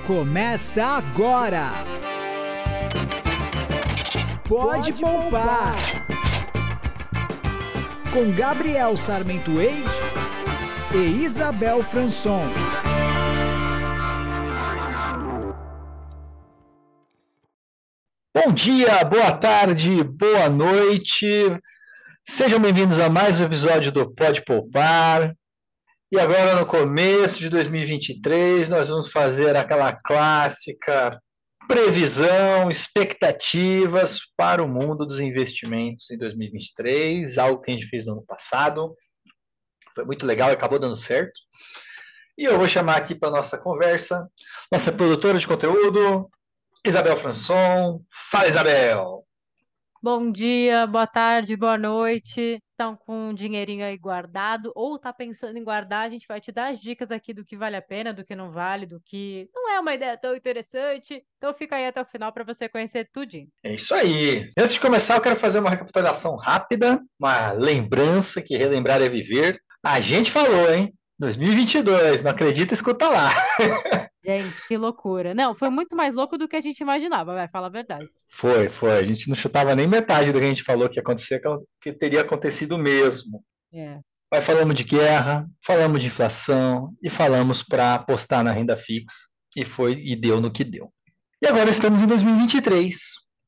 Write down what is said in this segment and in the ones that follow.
Começa agora! Pode Poupar! Com Gabriel Sarmento Eide e Isabel Franson. Bom dia, boa tarde, boa noite. Sejam bem-vindos a mais um episódio do Pode Poupar. E agora, no começo de 2023, nós vamos fazer aquela clássica previsão, expectativas para o mundo dos investimentos em 2023, algo que a gente fez no ano passado. Foi muito legal e acabou dando certo. E eu vou chamar aqui para a nossa conversa, nossa produtora de conteúdo, Isabel Franson. Fala, Isabel! Bom dia, boa tarde, boa noite. Estão com um dinheirinho aí guardado ou tá pensando em guardar? A gente vai te dar as dicas aqui do que vale a pena, do que não vale, do que não é uma ideia tão interessante. Então fica aí até o final para você conhecer tudinho. É isso aí. Antes de começar, eu quero fazer uma recapitulação rápida, uma lembrança, que relembrar é viver. A gente falou, hein? 2022, não acredita, escuta lá. Gente, que loucura. Não, foi muito mais louco do que a gente imaginava, vai falar a verdade. Foi. A gente não chutava nem metade do que a gente falou que ia acontecer, que teria acontecido mesmo. É. Mas falamos de guerra, falamos de inflação e falamos para apostar na renda fixa. E deu no que deu. E agora estamos em 2023.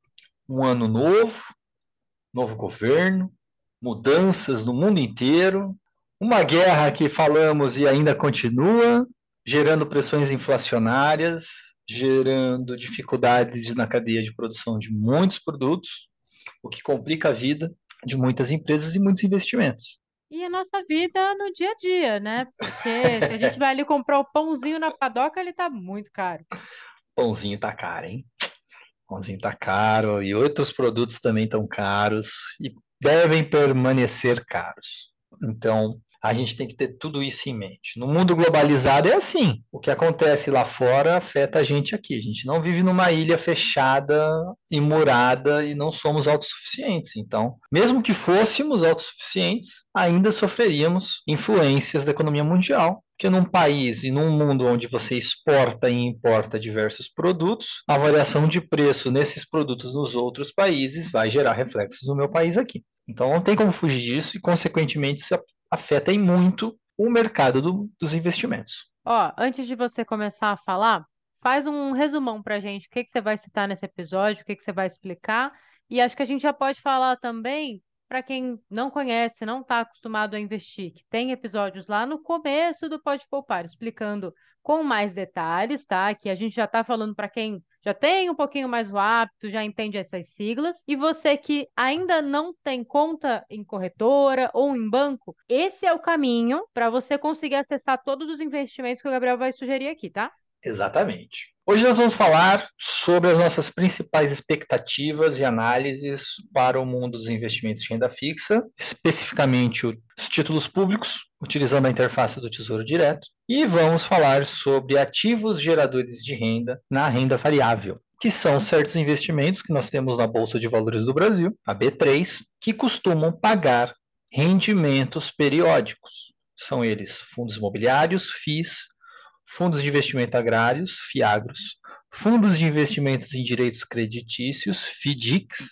Um ano novo, novo governo, mudanças no mundo inteiro, uma guerra que falamos e ainda continua, gerando pressões inflacionárias, gerando dificuldades na cadeia de produção de muitos produtos, o que complica a vida de muitas empresas e muitos investimentos. E a nossa vida no dia a dia, né? Porque se a gente vai ali comprar o pãozinho na padoca, ele tá muito caro. Pãozinho tá caro, hein? Pãozinho tá caro e outros produtos também estão caros e devem permanecer caros. Então, a gente tem que ter tudo isso em mente. No mundo globalizado é assim. O que acontece lá fora afeta a gente aqui. A gente não vive numa ilha fechada e murada e não somos autossuficientes. Então, mesmo que fôssemos autossuficientes, ainda sofreríamos influências da economia mundial. Porque num país e num mundo onde você exporta e importa diversos produtos, a variação de preço nesses produtos nos outros países vai gerar reflexos no meu país aqui. Então não tem como fugir disso e, consequentemente, isso afeta em muito o mercado dos investimentos. Ó, antes de você começar a falar, faz um resumão pra gente. O que que você vai citar nesse episódio, o que que você vai explicar. E acho que a gente já pode falar também para quem não conhece, não está acostumado a investir, que tem episódios lá no começo do Pode Poupar, explicando com mais detalhes, tá? Que a gente já está falando para quem já tem um pouquinho mais o hábito, já entende essas siglas. E você que ainda não tem conta em corretora ou em banco, esse é o caminho para você conseguir acessar todos os investimentos que o Gabriel vai sugerir aqui, tá? Exatamente. Hoje nós vamos falar sobre as nossas principais expectativas e análises para o mundo dos investimentos de renda fixa, especificamente os títulos públicos, utilizando a interface do Tesouro Direto, e vamos falar sobre ativos geradores de renda na renda variável, que são certos investimentos que nós temos na Bolsa de Valores do Brasil, a B3, que costumam pagar rendimentos periódicos. São eles fundos imobiliários, FIIs, fundos de investimento agrários, FIAGROS, fundos de investimentos em direitos creditícios, FIDICs,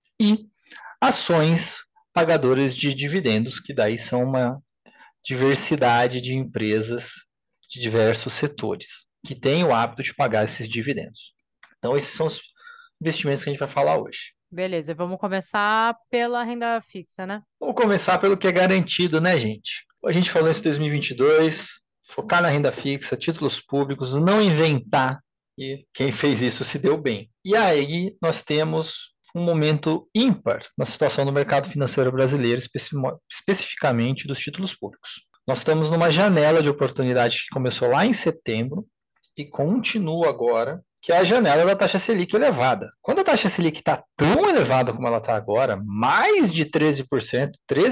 e ações pagadoras de dividendos, que daí são uma diversidade de empresas de diversos setores, que têm o hábito de pagar esses dividendos. Então, esses são os investimentos que a gente vai falar hoje. Beleza, vamos começar pela renda fixa, né? Vamos começar pelo que é garantido, né, gente? A gente falou isso em 2022, focar na renda fixa, títulos públicos, não inventar, e quem fez isso se deu bem. E aí nós temos um momento ímpar na situação do mercado financeiro brasileiro, especificamente dos títulos públicos. Nós estamos numa janela de oportunidade que começou lá em setembro e continua agora, que é a janela da taxa Selic elevada. Quando a taxa Selic está tão elevada como ela está agora, mais de 13%,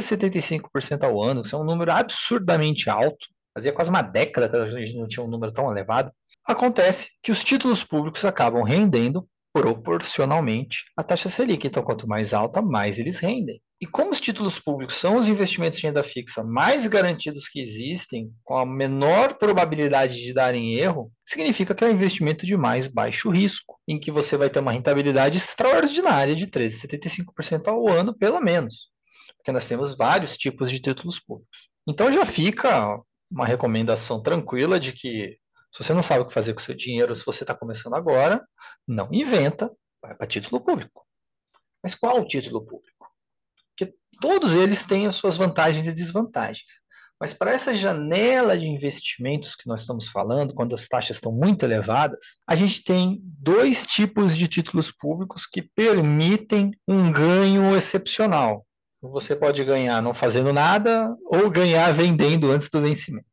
13,75% ao ano, que é um número absurdamente alto, fazia quase uma década que a gente não tinha um número tão elevado, acontece que os títulos públicos acabam rendendo proporcionalmente à taxa Selic. Então, quanto mais alta, mais eles rendem. E como os títulos públicos são os investimentos de renda fixa mais garantidos que existem, com a menor probabilidade de darem erro, significa que é um investimento de mais baixo risco, em que você vai ter uma rentabilidade extraordinária de 13,75% ao ano, pelo menos. Porque nós temos vários tipos de títulos públicos. Então já fica uma recomendação tranquila de que, se você não sabe o que fazer com o seu dinheiro, se você está começando agora, não inventa, vai para título público. Mas qual o título público? Porque todos eles têm as suas vantagens e desvantagens. Mas para essa janela de investimentos que nós estamos falando, quando as taxas estão muito elevadas, a gente tem dois tipos de títulos públicos que permitem um ganho excepcional. Você pode ganhar não fazendo nada ou ganhar vendendo antes do vencimento.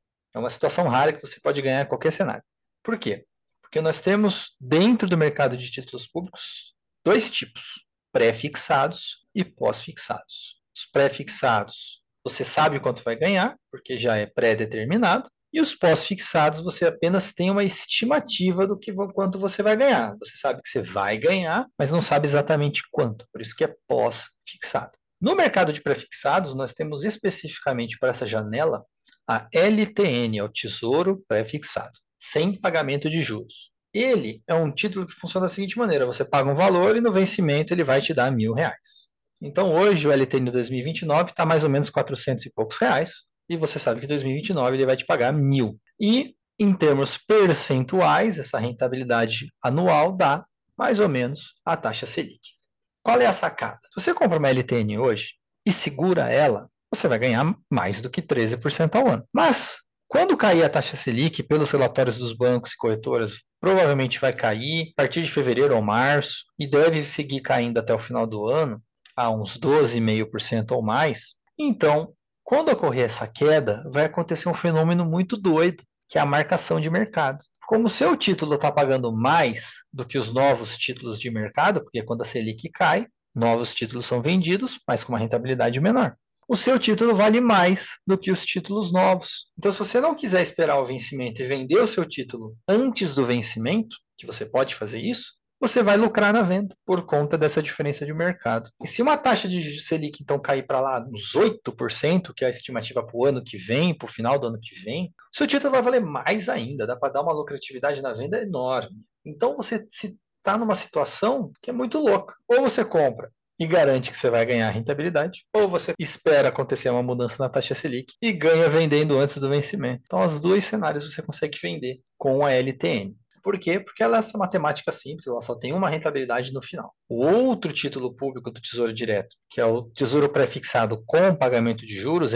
É uma situação rara que você pode ganhar em qualquer cenário. Por quê? Porque nós temos dentro do mercado de títulos públicos dois tipos: pré-fixados e pós-fixados. Os pré-fixados, você sabe quanto vai ganhar, porque já é pré-determinado, e os pós-fixados, você apenas tem uma estimativa do que quanto você vai ganhar. Você sabe que você vai ganhar, mas não sabe exatamente quanto, por isso que é pós-fixado. No mercado de pré-fixados, nós temos especificamente para essa janela a LTN, é o Tesouro Pré-Fixado, sem pagamento de juros. Ele é um título que funciona da seguinte maneira: você paga um valor e no vencimento ele vai te dar R$1.000. Então hoje o LTN 2029 está mais ou menos 400 e poucos reais, e você sabe que em 2029 ele vai te pagar 1.000. E em termos percentuais, essa rentabilidade anual dá mais ou menos a taxa Selic. Qual é a sacada? Se você compra uma LTN hoje e segura ela, você vai ganhar mais do que 13% ao ano. Mas quando cair a taxa Selic, pelos relatórios dos bancos e corretoras, provavelmente vai cair a partir de fevereiro ou março e deve seguir caindo até o final do ano, a uns 12,5% ou mais. Então, quando ocorrer essa queda, vai acontecer um fenômeno muito doido, que é a marcação de mercado. Como o seu título está pagando mais do que os novos títulos de mercado, porque quando a Selic cai, novos títulos são vendidos, mas com uma rentabilidade menor. O seu título vale mais do que os títulos novos. Então, se você não quiser esperar o vencimento e vender o seu título antes do vencimento, que você pode fazer isso, você vai lucrar na venda por conta dessa diferença de mercado. E se uma taxa de Selic, então, cair para lá uns 8%, que é a estimativa para o ano que vem, para o final do ano que vem, o seu título vai valer mais ainda, dá para dar uma lucratividade na venda enorme. Então, você está numa situação que é muito louca. Ou você compra e garante que você vai ganhar rentabilidade, ou você espera acontecer uma mudança na taxa Selic e ganha vendendo antes do vencimento. Então, os dois cenários você consegue vender com a LTN. Por quê? Porque ela é essa matemática simples, ela só tem uma rentabilidade no final. O outro título público do Tesouro Direto, que é o Tesouro Pré-Fixado com pagamento de juros,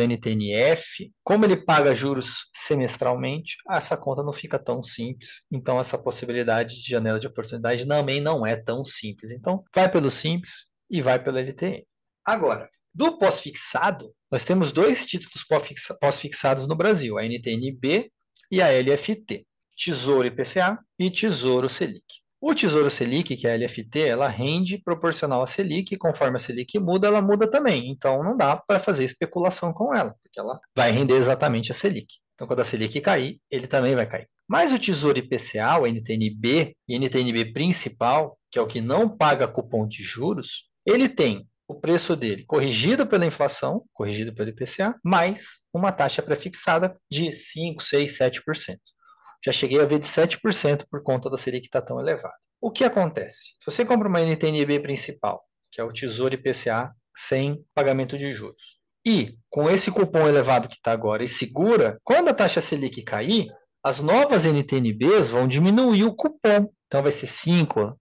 NTNF, como ele paga juros semestralmente, essa conta não fica tão simples. Então, essa possibilidade de janela de oportunidade também não é tão simples. Então, vai pelo simples e vai pelo LTN. Agora, do pós-fixado, nós temos dois títulos pós-fixados no Brasil, a NTNB e a LFT. Tesouro IPCA e Tesouro Selic. O Tesouro Selic, que é a LFT, ela rende proporcional à Selic, e conforme a Selic muda, ela muda também. Então, não dá para fazer especulação com ela, porque ela vai render exatamente a Selic. Então, quando a Selic cair, ele também vai cair. Mas o Tesouro IPCA, o NTNB e NTNB principal, que é o que não paga cupom de juros, ele tem o preço dele corrigido pela inflação, corrigido pelo IPCA, mais uma taxa pré-fixada de 5, 6, 7%. Já cheguei a ver de 7% por conta da Selic que está tão elevada. O que acontece? Se você compra uma NTNB principal, que é o Tesouro IPCA sem pagamento de juros, e com esse cupom elevado que está agora e segura, quando a taxa Selic cair, as novas NTNBs vão diminuir o cupom. Então vai ser 5,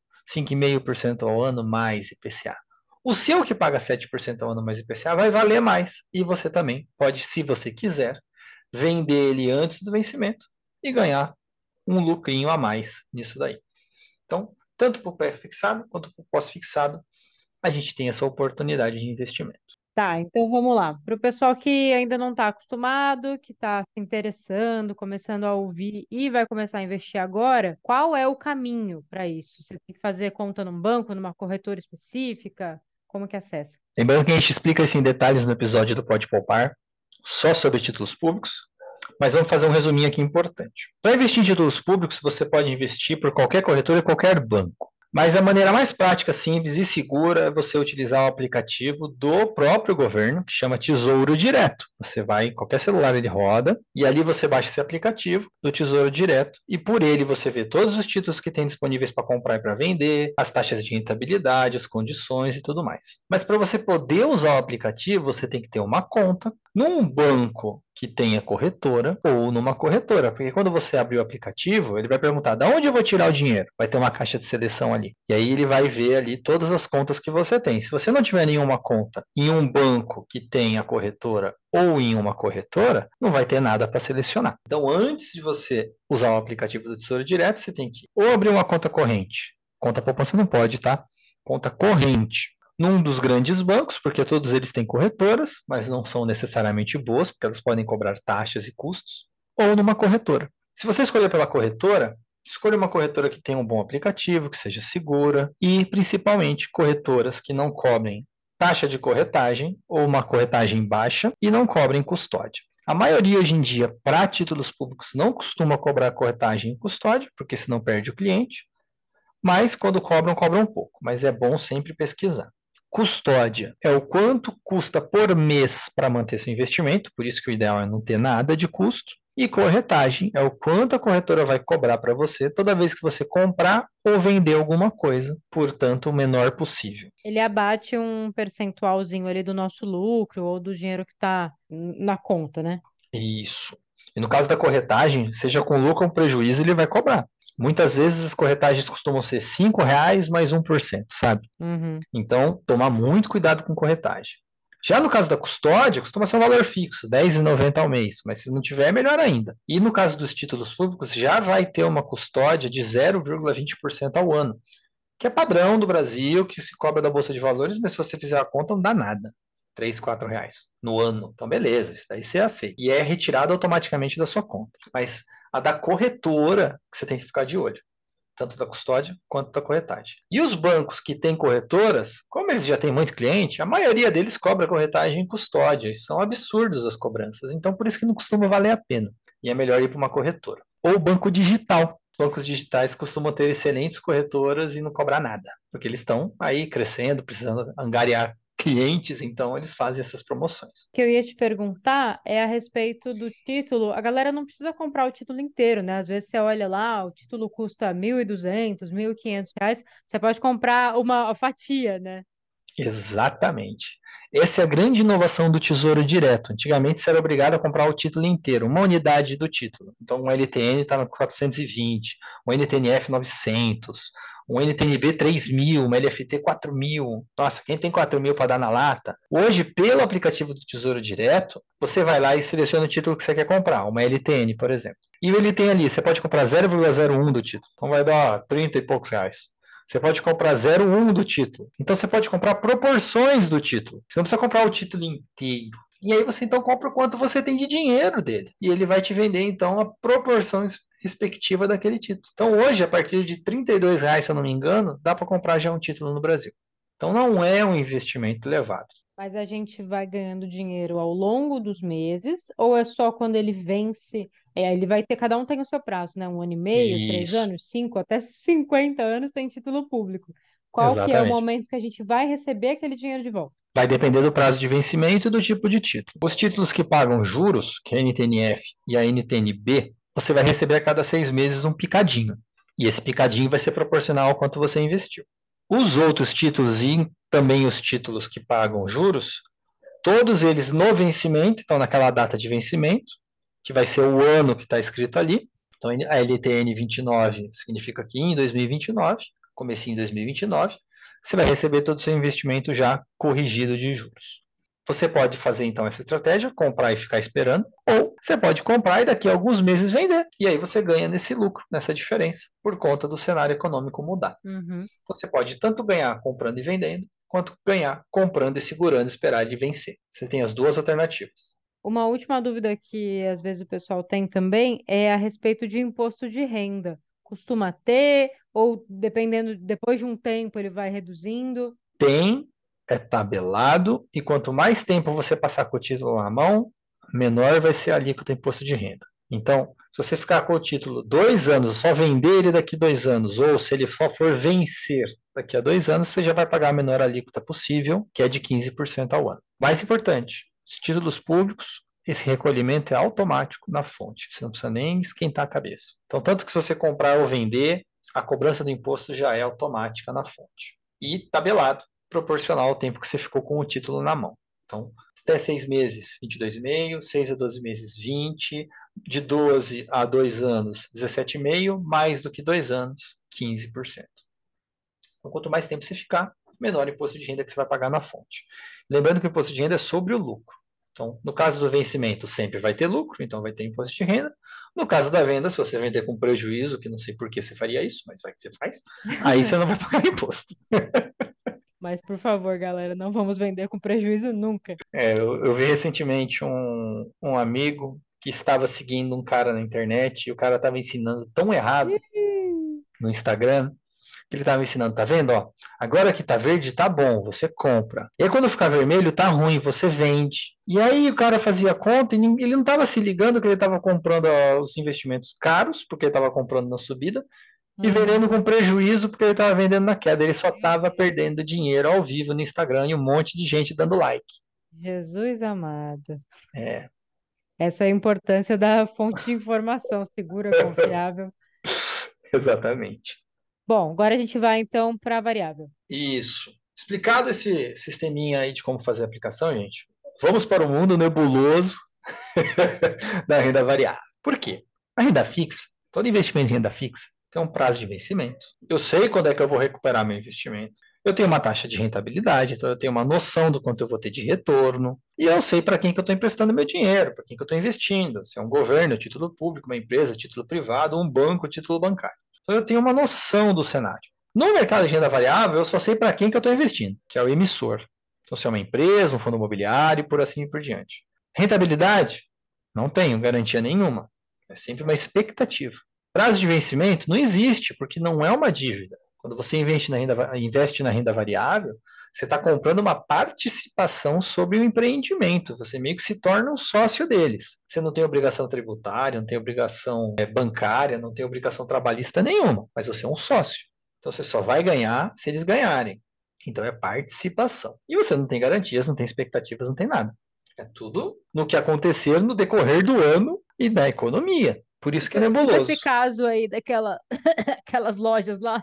5,5% ao ano mais IPCA. O seu que paga 7% ao ano mais IPCA vai valer mais. E você também pode, se você quiser, vender ele antes do vencimento e ganhar um lucrinho a mais nisso daí. Então, tanto para o pré-fixado quanto para o pós-fixado, a gente tem essa oportunidade de investimento. Tá, então vamos lá. Para o pessoal que ainda não está acostumado, que está se interessando, começando a ouvir e vai começar a investir agora, qual é o caminho para isso? Você tem que fazer conta num banco, numa corretora específica? Como que acessa? Lembrando que a gente explica isso em detalhes no episódio do Pode Poupar, só sobre títulos públicos, mas vamos fazer um resuminho aqui importante. Para investir em títulos públicos, você pode investir por qualquer corretora e qualquer banco. Mas a maneira mais prática, simples e segura é você utilizar o aplicativo do próprio governo, que chama Tesouro Direto. Você vai em qualquer celular, ele roda, e ali você baixa esse aplicativo do Tesouro Direto, e por ele você vê todos os títulos que tem disponíveis para comprar e para vender, as taxas de rentabilidade, as condições e tudo mais. Mas para você poder usar o aplicativo, você tem que ter uma conta num banco que tenha corretora ou numa corretora, porque quando você abrir o aplicativo, ele vai perguntar: de onde eu vou tirar o dinheiro? Vai ter uma caixa de seleção ali. E aí ele vai ver ali todas as contas que você tem. Se você não tiver nenhuma conta em um banco que tenha corretora ou em uma corretora, não vai ter nada para selecionar. Então, antes de você usar o aplicativo do Tesouro Direto, você tem que ou abrir uma conta corrente. Conta poupança não pode, tá? Conta corrente num dos grandes bancos, porque todos eles têm corretoras, mas não são necessariamente boas, porque elas podem cobrar taxas e custos, ou numa corretora. Se você escolher pela corretora, escolha uma corretora que tenha um bom aplicativo, que seja segura, e principalmente corretoras que não cobrem taxa de corretagem ou uma corretagem baixa e não cobrem custódia. A maioria hoje em dia, para títulos públicos, não costuma cobrar corretagem e custódia, porque senão perde o cliente, mas quando cobram, cobram pouco, mas é bom sempre pesquisar. Custódia é o quanto custa por mês para manter seu investimento, por isso que o ideal é não ter nada de custo. E corretagem é o quanto a corretora vai cobrar para você toda vez que você comprar ou vender alguma coisa, portanto, o menor possível. Ele abate um percentualzinho ali do nosso lucro ou do dinheiro que está na conta, né? Isso. E no caso da corretagem, seja com lucro ou prejuízo, ele vai cobrar. Muitas vezes as corretagens costumam ser R$ 5 mais 1%, sabe? Uhum. Então, tomar muito cuidado com corretagem. Já no caso da custódia, costuma ser um valor fixo, R$ 10,90 ao mês, mas se não tiver, é melhor ainda. E no caso dos títulos públicos, já vai ter uma custódia de 0,20% ao ano, que é padrão do Brasil, que se cobra da Bolsa de Valores, mas se você fizer a conta, não dá nada. R$ 3, R$ 4 no ano. Então, beleza, isso daí você aceita. E é retirado automaticamente da sua conta. Mas a da corretora, que você tem que ficar de olho, tanto da custódia quanto da corretagem. E os bancos que têm corretoras, como eles já têm muito cliente, a maioria deles cobra corretagem em custódia, e são absurdos as cobranças, então por isso que não costuma valer a pena, e é melhor ir para uma corretora. Ou banco digital. Bancos digitais costumam ter excelentes corretoras e não cobrar nada, porque eles estão aí crescendo, precisando angariar clientes, então eles fazem essas promoções. O que eu ia te perguntar é a respeito do título. A galera não precisa comprar o título inteiro, né? Às vezes você olha lá, o título custa R$ 1.200, R$ 1.500, você pode comprar uma fatia, né? Exatamente. Essa é a grande inovação do Tesouro Direto. Antigamente você era obrigado a comprar o título inteiro, uma unidade do título. Então, um LTN está no 420, um NTNF 900, um NTNB 3.000, uma LFT 4.000. Nossa, quem tem 4.000 para dar na lata? Hoje, pelo aplicativo do Tesouro Direto, você vai lá e seleciona o título que você quer comprar, uma LTN, por exemplo. E ele tem ali, você pode comprar 0,01 do título. Então vai dar 30 e poucos reais. Você pode comprar 0,1 do título. Então você pode comprar proporções do título. Você não precisa comprar o título inteiro. E aí você então compra o quanto você tem de dinheiro dele. E ele vai te vender então a proporção respectiva daquele título. Então hoje, a partir de R$ 32, se eu não me engano, dá para comprar já um título no Brasil. Então não é um investimento elevado. Mas a gente vai ganhando dinheiro ao longo dos meses, ou é só quando ele vence? Ele vai ter, cada um tem o seu prazo, né? 1 ano e meio, 3 Isso, anos, 5, até 50 anos tem título público. Qual que é o exatamente. momento que a gente vai receber aquele dinheiro de volta? Vai depender do prazo de vencimento e do tipo de título. Os títulos que pagam juros, que é a NTNF e a NTNB, você vai receber a cada 6 meses um picadinho. E esse picadinho vai ser proporcional ao quanto você investiu. Os outros títulos e também os títulos que pagam juros, todos eles no vencimento, então naquela data de vencimento, que vai ser o ano que está escrito ali. Então a LTN 29 significa que em 2029, comecinho em 2029, você vai receber todo o seu investimento já corrigido de juros. Você pode fazer então essa estratégia, comprar e ficar esperando, ou você pode comprar e daqui a alguns meses vender. E aí você ganha nesse lucro, nessa diferença, por conta do cenário econômico mudar. Uhum. Você pode tanto ganhar comprando e vendendo, quanto ganhar comprando e segurando, esperar ele vencer. Você tem as duas alternativas. Uma última dúvida que às vezes o pessoal tem também é a respeito de imposto de renda. Costuma ter, ou dependendo, depois de um tempo ele vai reduzindo? Tem, é tabelado, e quanto mais tempo você passar com o título na mão, menor vai ser a alíquota do imposto de renda. Então, Se você ficar com o título 2 anos, só vender ele daqui 2 anos, ou se ele só for vencer daqui a 2 anos, você já vai pagar a menor alíquota possível, que é de 15% ao ano. Mais importante, os títulos públicos, esse recolhimento é automático na fonte, você não precisa nem esquentar a cabeça. Então, tanto que se você comprar ou vender, a cobrança do imposto já é automática na fonte. E tabelado, proporcional ao tempo que você ficou com o título na mão. Então, até 6 meses, 22,5, 6 a 12 meses, 20, de 12 a 2 anos, 17,5, mais do que 2 anos, 15%. Então, quanto mais tempo você ficar, menor o imposto de renda que você vai pagar na fonte. Lembrando que o imposto de renda é sobre o lucro. Então, no caso do vencimento, sempre vai ter lucro, então vai ter imposto de renda. No caso da venda, se você vender com prejuízo, que não sei por que você faria isso, mas vai que você faz, aí você não vai pagar imposto. Mas, por favor, galera, não vamos vender com prejuízo nunca. Eu vi recentemente um amigo que estava seguindo um cara na internet e o cara estava ensinando tão errado no Instagram que ele estava ensinando, tá vendo? Ó, agora que tá verde, tá bom, você compra. E aí quando ficar vermelho, tá ruim, você vende. E aí o cara fazia conta e ele não estava se ligando que ele estava comprando os investimentos caros, porque ele estava comprando na subida, e vendendo com prejuízo porque ele estava vendendo na queda. Ele só estava perdendo dinheiro ao vivo no Instagram e um monte de gente dando like. Jesus amado. É, Essa é a importância da fonte de informação segura, confiável. exatamente. Bom, agora a gente vai então para a variável. Isso. Explicado esse sisteminha aí de como fazer a aplicação, gente, vamos para o mundo nebuloso da renda variável. Por quê? A renda fixa, todo investimento em renda fixa tem um prazo de vencimento. Eu sei quando é que eu vou recuperar meu investimento. Eu tenho uma taxa de rentabilidade, então eu tenho uma noção do quanto eu vou ter de retorno. E eu sei para quem que eu estou emprestando meu dinheiro, para quem que eu estou investindo. Se é um governo, título público, uma empresa, título privado, um banco, título bancário. Então eu tenho uma noção do cenário. No mercado de renda variável, eu só sei para quem que eu estou investindo, que é o emissor. Então, se é uma empresa, um fundo imobiliário, por assim por diante. Rentabilidade? Não tenho garantia nenhuma. É sempre uma expectativa. Prazo de vencimento não existe, porque não é uma dívida. Quando você investe na renda variável, você está comprando uma participação sobre o empreendimento. Você meio que se torna um sócio deles. Você não tem obrigação tributária, não tem obrigação bancária, não tem obrigação trabalhista nenhuma, mas você é um sócio. Então você só vai ganhar se eles ganharem. Então é participação. E você não tem garantias, não tem expectativas, não tem nada. É tudo no que acontecer no decorrer do ano e da economia. Por isso que é nebuloso. Esse caso aí aquelas lojas lá.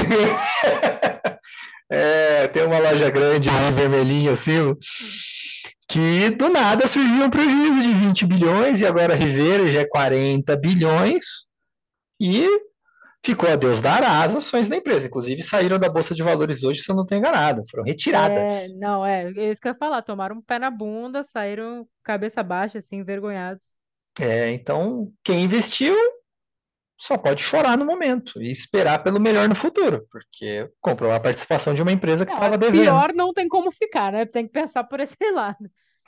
Tem uma loja grande, vermelhinha assim, que do nada surgiu um prejuízo de 20 bilhões e agora a Rivera já é 40 bilhões e ficou a Deus dará as ações da empresa. Inclusive saíram da Bolsa de Valores hoje, se eu não estou enganado, foram retiradas. Não, é isso que eu ia falar, tomaram um pé na bunda, saíram cabeça baixa, assim, envergonhados. Então, quem investiu só pode chorar no momento e esperar pelo melhor no futuro, porque comprou a participação de uma empresa que estava devendo. Pior não tem como ficar, né? Tem que pensar por esse lado.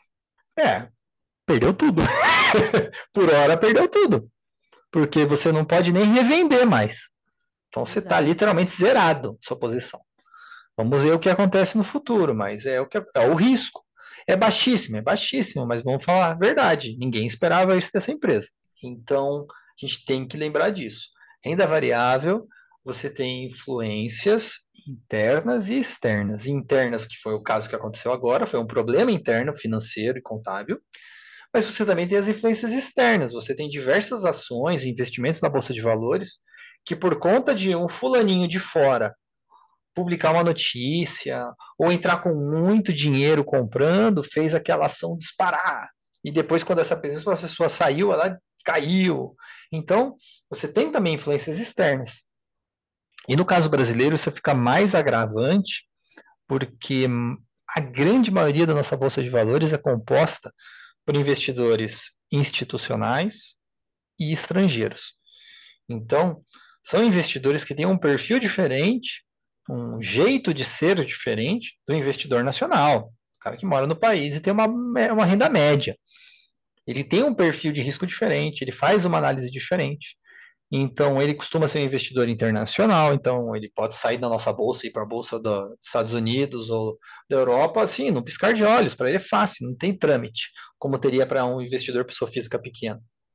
Perdeu tudo. Por hora, perdeu tudo. Porque você não pode nem revender mais. Então, você está literalmente zerado sua posição. Vamos ver o que acontece no futuro, mas é o risco. É baixíssimo, mas vamos falar a verdade. Ninguém esperava isso dessa empresa. Então, a gente tem que lembrar disso. Renda variável, você tem influências internas e externas. Internas, que foi o caso que aconteceu agora, foi um problema interno, financeiro e contábil. Mas você também tem as influências externas. Você tem diversas ações e investimentos na Bolsa de Valores que, por conta de um fulaninho de fora publicar uma notícia ou entrar com muito dinheiro comprando, fez aquela ação disparar. E depois, quando essa pessoa saiu, ela caiu. Então, você tem também influências externas. E no caso brasileiro, isso fica mais agravante, porque a grande maioria da nossa Bolsa de Valores é composta por investidores institucionais e estrangeiros. Então, são investidores que têm um perfil diferente, um jeito de ser diferente do investidor nacional, o cara que mora no país e tem uma renda média. Ele tem um perfil de risco diferente, ele faz uma análise diferente. Então, ele costuma ser um investidor internacional, então ele pode sair da nossa bolsa e ir para a bolsa dos Estados Unidos ou da Europa, assim, num piscar de olhos. Para ele é fácil, não tem trâmite, como teria para um investidor pessoa física pequena.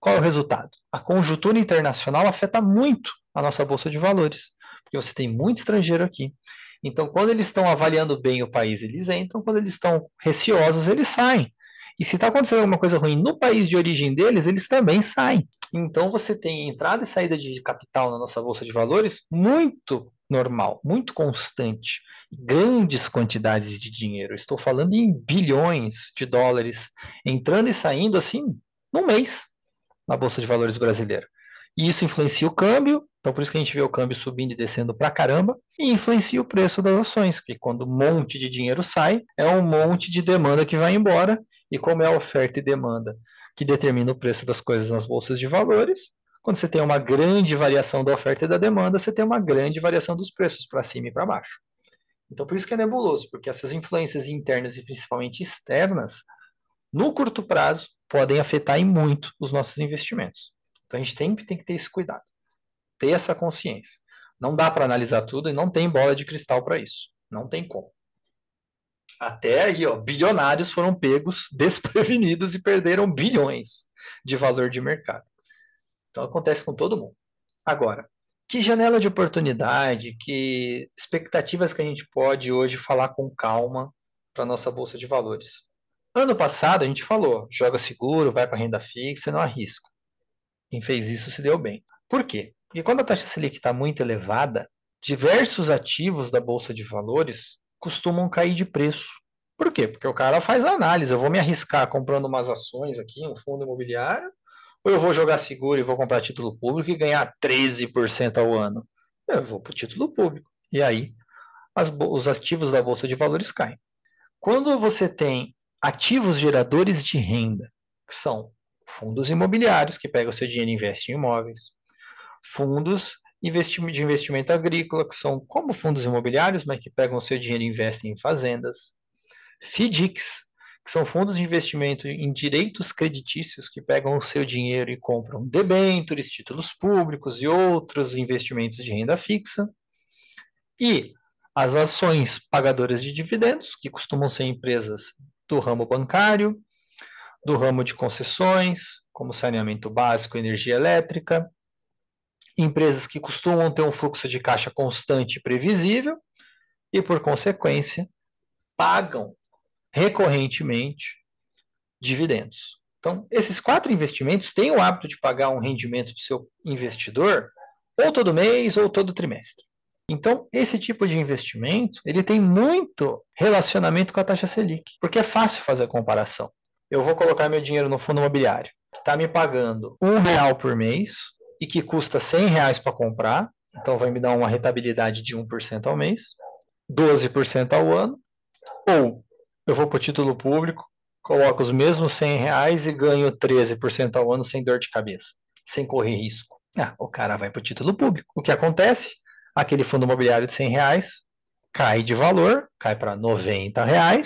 Qual é o resultado? A conjuntura internacional afeta muito a nossa bolsa de valores, porque você tem muito estrangeiro aqui. Então, quando eles estão avaliando bem o país, eles entram, quando eles estão receosos, eles saem. E se está acontecendo alguma coisa ruim no país de origem deles, eles também saem. Então, você tem entrada e saída de capital na nossa bolsa de valores muito normal, muito constante. Grandes quantidades de dinheiro. Estou falando em bilhões de dólares entrando e saindo assim num mês na Bolsa de Valores brasileira. E isso influencia o câmbio, então por isso que a gente vê o câmbio subindo e descendo pra caramba, e influencia o preço das ações, porque quando um monte de dinheiro sai, é um monte de demanda que vai embora, e como é a oferta e demanda que determina o preço das coisas nas bolsas de valores, quando você tem uma grande variação da oferta e da demanda, você tem uma grande variação dos preços para cima e para baixo. Então por isso que é nebuloso, porque essas influências internas e principalmente externas, no curto prazo, podem afetar em muito os nossos investimentos. Então a gente sempre tem que ter esse cuidado, ter essa consciência. Não dá para analisar tudo e não tem bola de cristal para isso. Não tem como. Até aí, ó, bilionários foram pegos desprevenidos e perderam bilhões de valor de mercado. Então acontece com todo mundo. Agora, que janela de oportunidade, que expectativas que a gente pode hoje falar com calma para a nossa bolsa de valores? Ano passado a gente falou, joga seguro, vai para renda fixa e não arrisca. Quem fez isso se deu bem. Por quê? Porque quando a taxa Selic está muito elevada, diversos ativos da Bolsa de Valores costumam cair de preço. Por quê? Porque o cara faz a análise, eu vou me arriscar comprando umas ações aqui, um fundo imobiliário, ou eu vou jogar seguro e vou comprar título público e ganhar 13% ao ano? Eu vou para o título público. E aí, os ativos da Bolsa de Valores caem. Quando você tem ativos geradores de renda, que são fundos imobiliários, que pegam o seu dinheiro e investem em imóveis, fundos de investimento agrícola, que são como fundos imobiliários, mas que pegam o seu dinheiro e investem em fazendas, FDICs, que são fundos de investimento em direitos creditícios, que pegam o seu dinheiro e compram debêntures, títulos públicos e outros investimentos de renda fixa, e as ações pagadoras de dividendos, que costumam ser empresas do ramo bancário, do ramo de concessões, como saneamento básico, energia elétrica, empresas que costumam ter um fluxo de caixa constante e previsível e, por consequência, pagam recorrentemente dividendos. Então, esses 4 investimentos têm o hábito de pagar um rendimento para o seu investidor ou todo mês ou todo trimestre. Então, esse tipo de investimento, ele tem muito relacionamento com a taxa Selic, porque é fácil fazer a comparação. Eu vou colocar meu dinheiro no fundo imobiliário, que está me pagando R$ 1 por mês e que custa R$ 100 para comprar, então vai me dar uma rentabilidade de 1% ao mês, 12% ao ano, ou eu vou para o título público, coloco os mesmos R$ 100 e ganho 13% ao ano sem dor de cabeça, sem correr risco. O cara vai para o título público. O que acontece? Aquele fundo imobiliário de R$ 100 cai de valor, cai para R$ 90,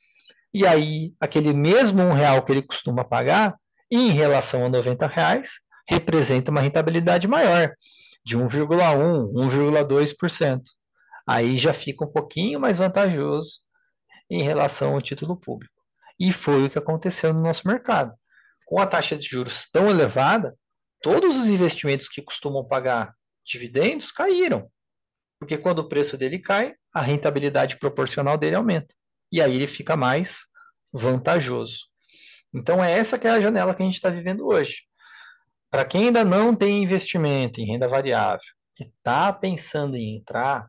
e aí aquele mesmo R$ 1 que ele costuma pagar, em relação a R$ 90, representa uma rentabilidade maior, de 1,1%, 1,2%. Aí já fica um pouquinho mais vantajoso em relação ao título público. E foi o que aconteceu no nosso mercado. Com a taxa de juros tão elevada, todos os investimentos que costumam pagar dividendos caíram. Porque quando o preço dele cai, a rentabilidade proporcional dele aumenta. E aí ele fica mais vantajoso. Então é essa que é a janela que a gente está vivendo hoje. Para quem ainda não tem investimento em renda variável e está pensando em entrar,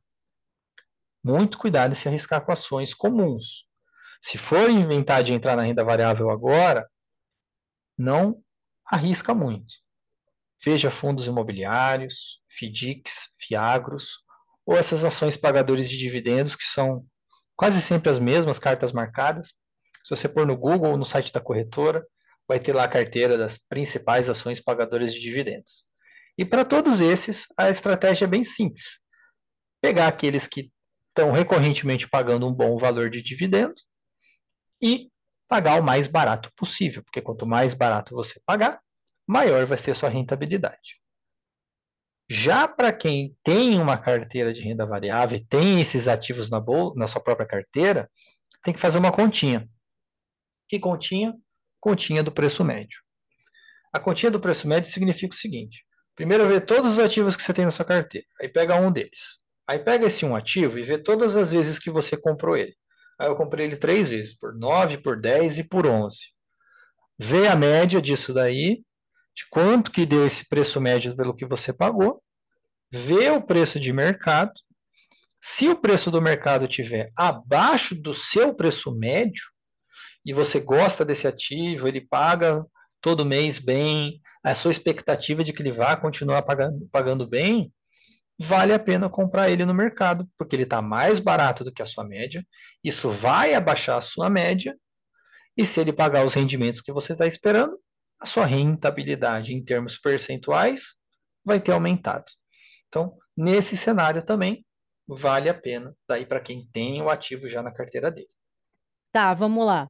muito cuidado em se arriscar com ações comuns. Se for inventar de entrar na renda variável agora, não arrisca muito. Veja fundos imobiliários, FDICs, FIAGROS, ou essas ações pagadores de dividendos, que são quase sempre as mesmas, cartas marcadas. Se você pôr no Google ou no site da corretora, vai ter lá a carteira das principais ações pagadoras de dividendos. E para todos esses, a estratégia é bem simples. Pegar aqueles que estão recorrentemente pagando um bom valor de dividendo e pagar o mais barato possível, porque quanto mais barato você pagar, maior vai ser a sua rentabilidade. Já para quem tem uma carteira de renda variável e tem esses ativos na sua própria carteira, tem que fazer uma continha. Que continha? Continha do preço médio. A continha do preço médio significa o seguinte: primeiro vê todos os ativos que você tem na sua carteira, aí pega um deles. Aí pega esse um ativo e vê todas as vezes que você comprou ele. Aí eu comprei ele 3 vezes, por 9, por 10 e por 11. Vê a média disso daí, de quanto que deu esse preço médio pelo que você pagou, vê o preço de mercado. Se o preço do mercado estiver abaixo do seu preço médio, e você gosta desse ativo, ele paga todo mês bem, a sua expectativa é de que ele vá continuar pagando bem, vale a pena comprar ele no mercado, porque ele está mais barato do que a sua média, isso vai abaixar a sua média, e se ele pagar os rendimentos que você está esperando, a sua rentabilidade em termos percentuais vai ter aumentado. Então, nesse cenário também, vale a pena, daí para quem tem o ativo já na carteira dele. Tá, vamos lá.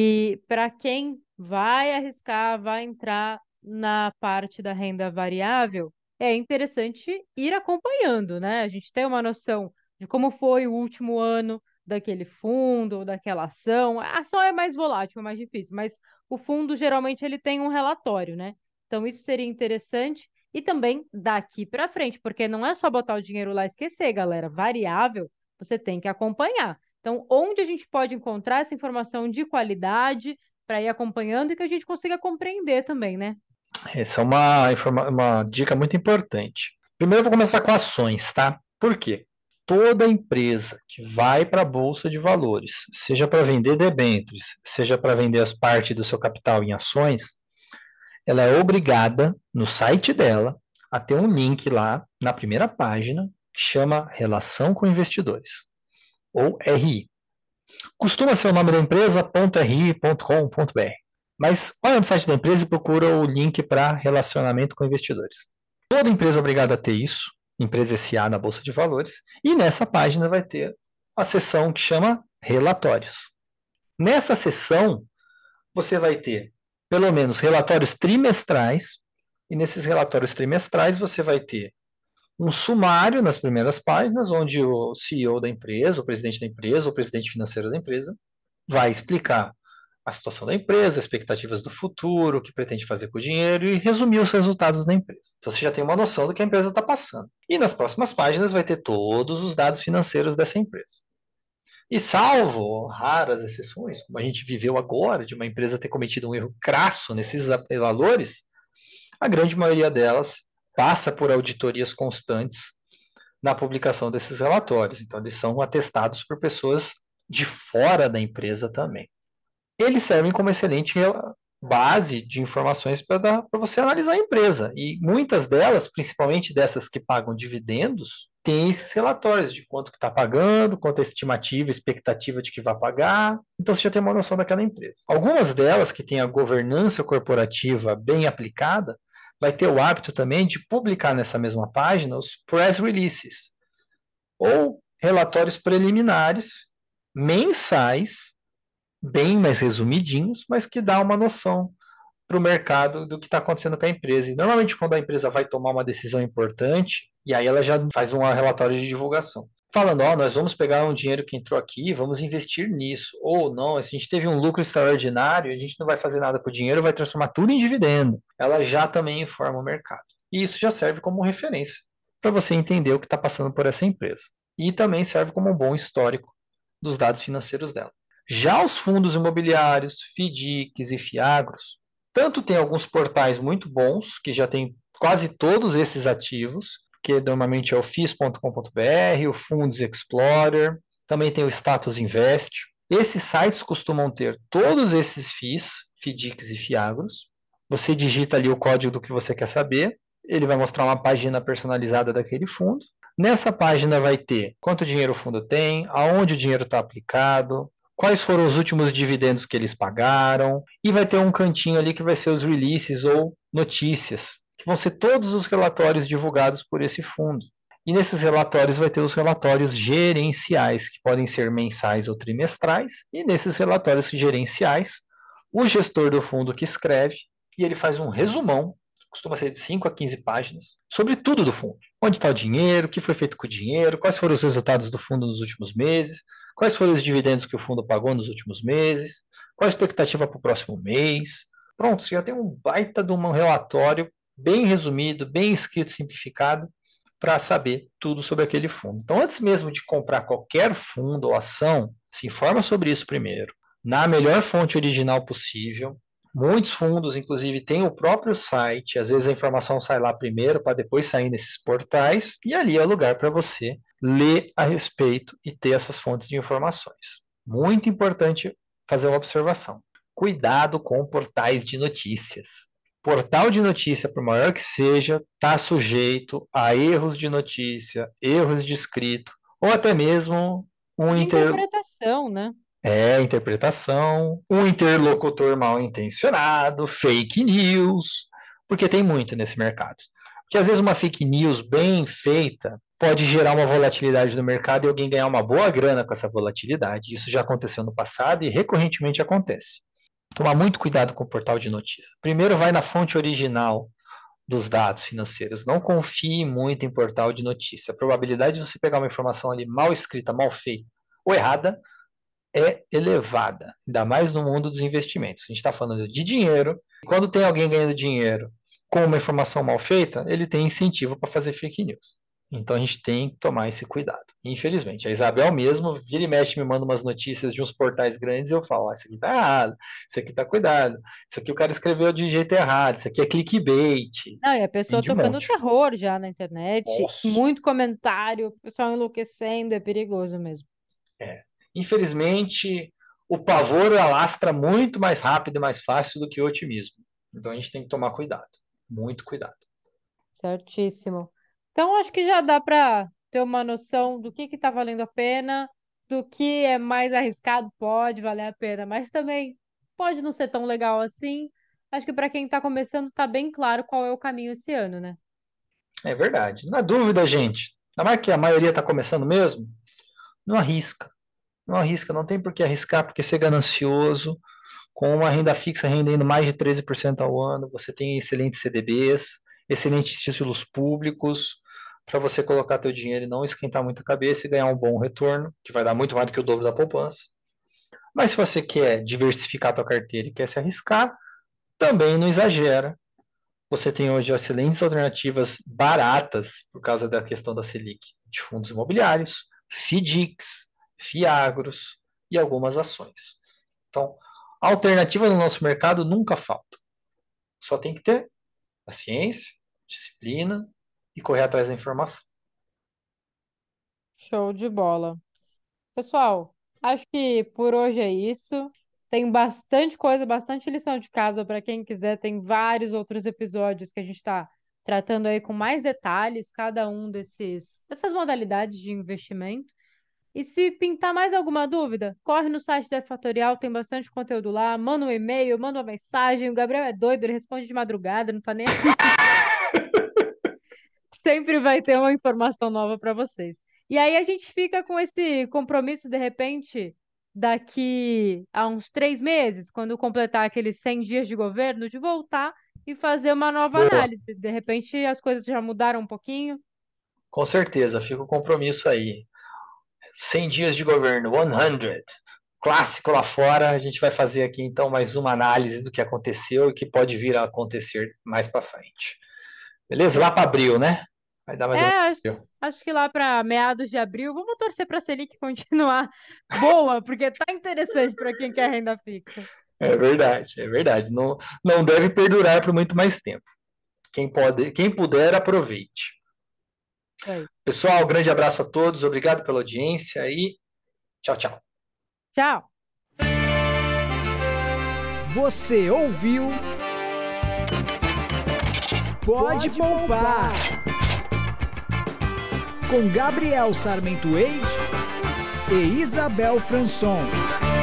E para quem vai arriscar, vai entrar na parte da renda variável, é interessante ir acompanhando, né? A gente tem uma noção de como foi o último ano daquele fundo ou daquela ação. A ação é mais volátil, é mais difícil, mas o fundo geralmente ele tem um relatório, né? Então isso seria interessante. E também daqui para frente, porque não é só botar o dinheiro lá e esquecer, galera. Variável, você tem que acompanhar. Então, onde a gente pode encontrar essa informação de qualidade para ir acompanhando e que a gente consiga compreender também, né? Essa é uma dica muito importante. Primeiro eu vou começar com ações, tá? Por quê? Toda empresa que vai para a Bolsa de Valores, seja para vender debêntures, seja para vender as partes do seu capital em ações, ela é obrigada, no site dela, a ter um link lá na primeira página que chama Relação com Investidores, ou RI. Costuma ser o nome da empresa .ri.com.br. Mas olha no site da empresa e procura o link para relacionamento com investidores. Toda empresa é obrigada a ter isso, empresa SA na Bolsa de Valores, e nessa página vai ter a seção que chama Relatórios. Nessa seção, você vai ter pelo menos relatórios trimestrais, e nesses relatórios trimestrais você vai ter um sumário nas primeiras páginas, onde o CEO da empresa, o presidente da empresa, o presidente financeiro da empresa, vai explicar a situação da empresa, expectativas do futuro, o que pretende fazer com o dinheiro e resumir os resultados da empresa. Então você já tem uma noção do que a empresa está passando. E nas próximas páginas vai ter todos os dados financeiros dessa empresa. E salvo raras exceções, como a gente viveu agora, de uma empresa ter cometido um erro crasso nesses valores, a grande maioria delas passa por auditorias constantes na publicação desses relatórios. Então, eles são atestados por pessoas de fora da empresa também. Eles servem como excelente base de informações para você analisar a empresa. E muitas delas, principalmente dessas que pagam dividendos, têm esses relatórios de quanto que está pagando, quanto é a estimativa, expectativa de que vai pagar. Então você já tem uma noção daquela empresa. Algumas delas que têm a governança corporativa bem aplicada, vai ter o hábito também de publicar nessa mesma página os press releases, ou relatórios preliminares mensais, bem mais resumidinhos, mas que dá uma noção para o mercado do que está acontecendo com a empresa. E normalmente quando a empresa vai tomar uma decisão importante, e aí ela já faz um relatório de divulgação. Falando, nós vamos pegar um dinheiro que entrou aqui, vamos investir nisso. Ou não, se a gente teve um lucro extraordinário, a gente não vai fazer nada com o dinheiro, vai transformar tudo em dividendo. Ela já também informa o mercado. E isso já serve como referência para você entender o que está passando por essa empresa. E também serve como um bom histórico dos dados financeiros dela. Já os fundos imobiliários, FDICs e FIAGROS, tanto tem alguns portais muito bons, que já tem quase todos esses ativos, que normalmente é o FIS.com.br, o Funds Explorer, também tem o Status Invest. Esses sites costumam ter todos esses FIIs, FDICs e FIAGROS. Você digita ali o código do que você quer saber, ele vai mostrar uma página personalizada daquele fundo. Nessa página vai ter quanto dinheiro o fundo tem, aonde o dinheiro está aplicado, quais foram os últimos dividendos que eles pagaram, e vai ter um cantinho ali que vai ser os releases ou notícias, que vão ser todos os relatórios divulgados por esse fundo. E nesses relatórios vai ter os relatórios gerenciais, que podem ser mensais ou trimestrais, e nesses relatórios gerenciais, o gestor do fundo que escreve, e ele faz um resumão, costuma ser de 5 a 15 páginas, sobre tudo do fundo. Onde está o dinheiro, o que foi feito com o dinheiro, quais foram os resultados do fundo nos últimos meses, quais foram os dividendos que o fundo pagou nos últimos meses, qual a expectativa para o próximo mês. Pronto, você já tem um baita de um relatório bem resumido, bem escrito, simplificado, para saber tudo sobre aquele fundo. Então, antes mesmo de comprar qualquer fundo ou ação, se informa sobre isso primeiro, na melhor fonte original possível. Muitos fundos, inclusive, têm o próprio site, às vezes a informação sai lá primeiro, para depois sair nesses portais, e ali é o lugar para você ler a respeito e ter essas fontes de informações. Muito importante fazer uma observação. Cuidado com portais de notícias. Portal de notícia, por maior que seja, está sujeito a erros de notícia, erros de escrito, ou até mesmo interpretação, né? Interpretação, um interlocutor mal intencionado, fake news, porque tem muito nesse mercado. Porque às vezes uma fake news bem feita pode gerar uma volatilidade no mercado e alguém ganhar uma boa grana com essa volatilidade. Isso já aconteceu no passado e recorrentemente acontece. Tomar muito cuidado com o portal de notícias. Primeiro vai na fonte original dos dados financeiros. Não confie muito em portal de notícia. A probabilidade de você pegar uma informação ali mal escrita, mal feita ou errada é elevada, ainda mais no mundo dos investimentos. A gente está falando de dinheiro, e quando tem alguém ganhando dinheiro com uma informação mal feita, ele tem incentivo para fazer fake news. Então a gente tem que tomar esse cuidado. Infelizmente, a Isabel mesmo, vira e mexe, me manda umas notícias de uns portais grandes e eu falo, isso aqui tá errado, isso aqui tá cuidado, isso aqui o cara escreveu de jeito errado, isso aqui é clickbait. Não, e a pessoa tocando terror já na internet, Nossa. muito comentário, o pessoal enlouquecendo, é perigoso mesmo. Infelizmente, o pavor alastra muito mais rápido e mais fácil do que o otimismo. Então a gente tem que tomar cuidado, muito cuidado. Certíssimo. Então acho que já dá para ter uma noção do que está valendo a pena, do que é mais arriscado, pode valer a pena, mas também pode não ser tão legal assim. Acho que para quem está começando está bem claro qual é o caminho esse ano, né? É verdade. Na dúvida, gente, ainda mais que a maioria está começando mesmo, não arrisca. Não arrisca, não tem por que arriscar, porque ser ganancioso, com uma renda fixa rendendo mais de 13% ao ano, você tem excelentes CDBs, excelentes títulos públicos, para você colocar teu dinheiro e não esquentar muito a cabeça e ganhar um bom retorno, que vai dar muito mais do que o dobro da poupança. Mas se você quer diversificar a tua carteira e quer se arriscar, também não exagera. Você tem hoje excelentes alternativas baratas, por causa da questão da Selic, de fundos imobiliários, FIDICs, FIAGROS e algumas ações. Então, a alternativa no nosso mercado nunca falta. Só tem que ter paciência, disciplina e correr atrás da informação. Show de bola. Pessoal, acho que por hoje é isso. Tem bastante coisa, bastante lição de casa para quem quiser. Tem vários outros episódios que a gente está tratando aí com mais detalhes, cada um dessas modalidades de investimento. E se pintar mais alguma dúvida, corre no site da Fatorial, tem bastante conteúdo lá. Manda um e-mail, manda uma mensagem. O Gabriel é doido, ele responde de madrugada, não tá nem aqui. Sempre vai ter uma informação nova para vocês. E aí a gente fica com esse compromisso, de repente, daqui a uns 3 meses, quando completar aqueles 100 dias de governo, de voltar e fazer uma nova análise. De repente as coisas já mudaram um pouquinho. Com certeza, fica o compromisso aí. 100 dias de governo, 100. Clássico lá fora, a gente vai fazer aqui então mais uma análise do que aconteceu e que pode vir a acontecer mais para frente. Beleza? Lá para abril, né? Vai dar mais acho que lá para meados de abril, vamos torcer para a Selic continuar boa, porque tá interessante para quem quer renda fixa. É verdade, é verdade. Não, não deve perdurar por muito mais tempo. Quem puder, aproveite. Pessoal, grande abraço a todos, obrigado pela audiência e tchau, tchau. Tchau. Você ouviu Pode Poupar com Gabriel Sarmento Eide e Isabel Franson.